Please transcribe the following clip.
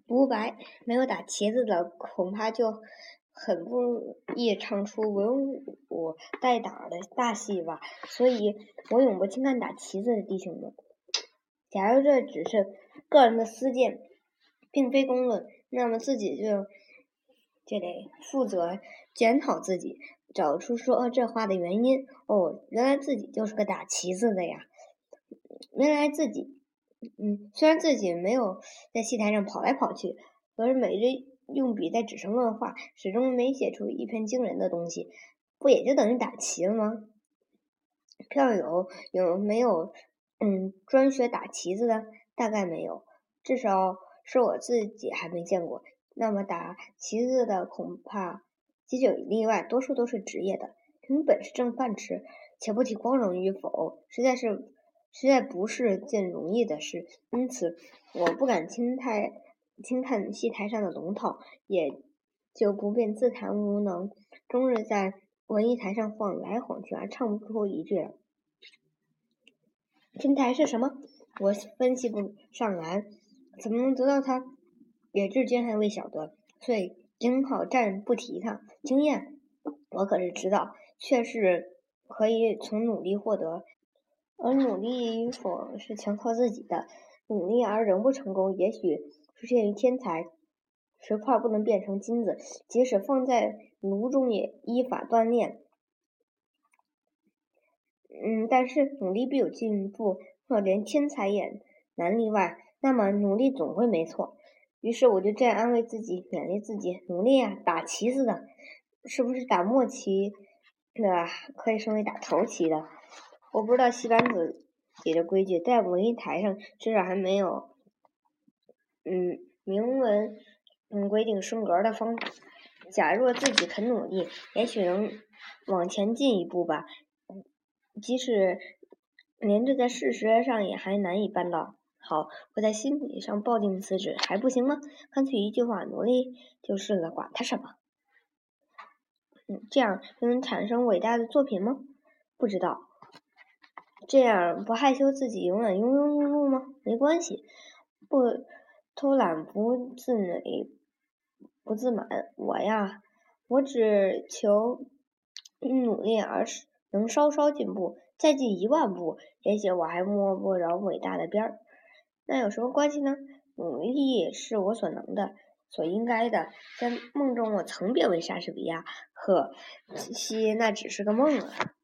独白，没有打旗子的恐怕就很不容易唱出文武带打的大戏吧，所以我永不轻看打旗子的弟兄们。假如这只是个人的私见，并非公论，那么自己就得负责检讨自己，找出说这话的原因。原来自己就是个打旗子的呀！原来自己虽然自己没有在戏台上跑来跑去，可是每日用笔在纸上乱画，始终没写出一篇惊人的东西，不也就等于打旗了吗？票友有没有专学打旗子的？大概没有，至少是我自己还没见过。那么打旗子的恐怕极有例外，多数都是职业的，凭本事挣饭吃，且不提光荣与否，实在不是件容易的事。因此我不敢轻看戏台上的龙套，也就不便自叹无能，终日在文艺台上晃来晃去，还唱不出一句来。天台是什么？我分析不上来，怎么能得到它？也至今还未晓得，所以只好暂不提它。经验我可是知道，却是可以从努力获得，而努力与否是全靠自己的。努力而仍不成功，也许出现于天才。石块不能变成金子，即使放在炉中也依法锻炼。但是努力必有进步，若连天才也难例外，那么努力总会没错。于是我就这样安慰自己，勉励自己，努力啊，打旗子的，是不是打末旗的可以升为打头旗的？我不知道戏班子里的规矩，在文艺台上至少还没有明文规定升格的方法。假若自己肯努力，也许能往前进一步吧。即使连这在事实上也还难以办到。好，我在心理上抱定此旨，还不行吗？干脆一句话，努力就是了，管他什么。这样就能产生伟大的作品吗？不知道。这样不害羞自己永远庸庸碌碌吗？没关系，不偷懒不自美不自满。我只求努力而是能稍稍进步，再进10000步，也许我还摸不着伟大的边儿。那有什么关系呢？努力是我所能的，所应该的。在梦中我曾变为莎士比亚，可惜那只是个梦啊。